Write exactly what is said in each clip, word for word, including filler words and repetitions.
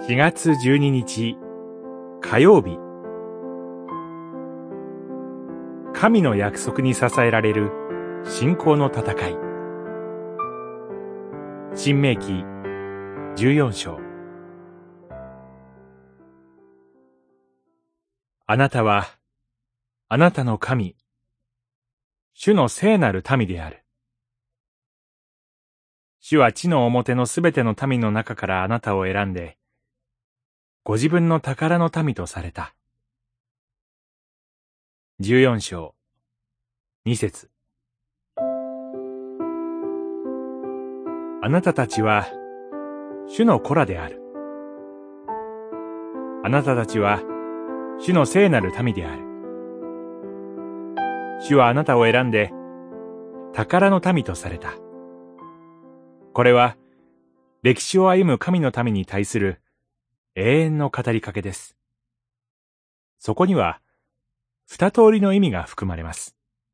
しがつじゅうににち火曜日、神の約束に支えられる信仰の戦い。申命記じゅうよんしょう。あなたはあなたの神、主の聖なる民である。主は地の表のすべての民の中からあなたを選んで、ご自分の宝の民とされた。じゅうよんしょう、にせつ。あなたたちは主の子らである。あなたたちは主の聖なる民である。主はあなたを選んで宝の民とされた。これは歴史を歩む神の民に対する永遠の語りかけです。そこには二通りの意味が含まれます。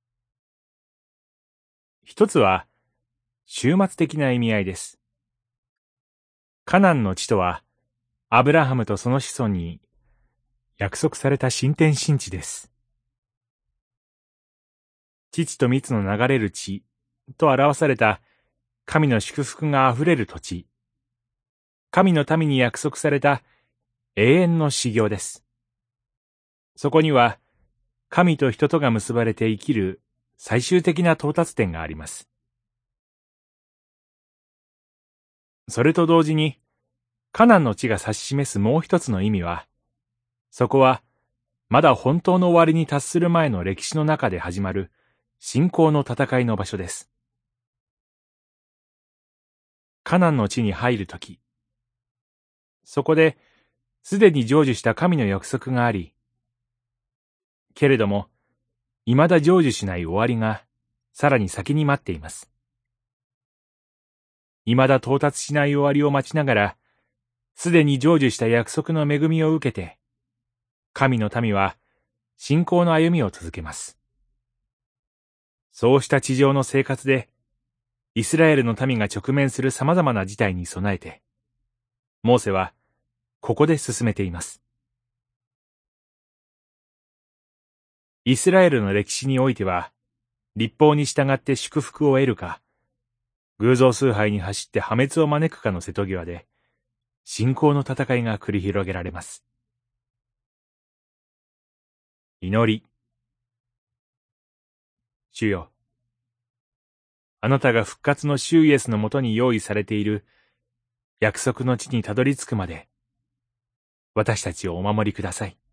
一つは終末的な意味合いです。カナンの地とはアブラハムとその子孫に約束された新天新地です。乳と蜜の流れる地と表された神の祝福があふれる土地、神の民に約束された永遠の修行です。そこには神と人とが結ばれて生きる最終的な到達点があります。それと同時に、カナンの地が指し示すもう一つの意味は、そこはまだ本当の終わりに達する前の歴史の中で始まる信仰の戦いの場所です。カナンの地に入るとき、そこですでに成就した神の約束があり、けれども、未だ成就しない終わりがさらに先に待っています。未だ到達しない終わりを待ちながら、すでに成就した約束の恵みを受けて、神の民は信仰の歩みを続けます。そうした地上の生活で、イスラエルの民が直面する様々な事態に備えて、モーセはここで進めています。イスラエルの歴史においては、律法に従って祝福を得るか、偶像崇拝に走って破滅を招くかの瀬戸際で、信仰の戦いが繰り広げられます。祈り。主よ、あなたが復活の主イエスのもとに用意されている約束の地にたどり着くまで、私たちをお守りください。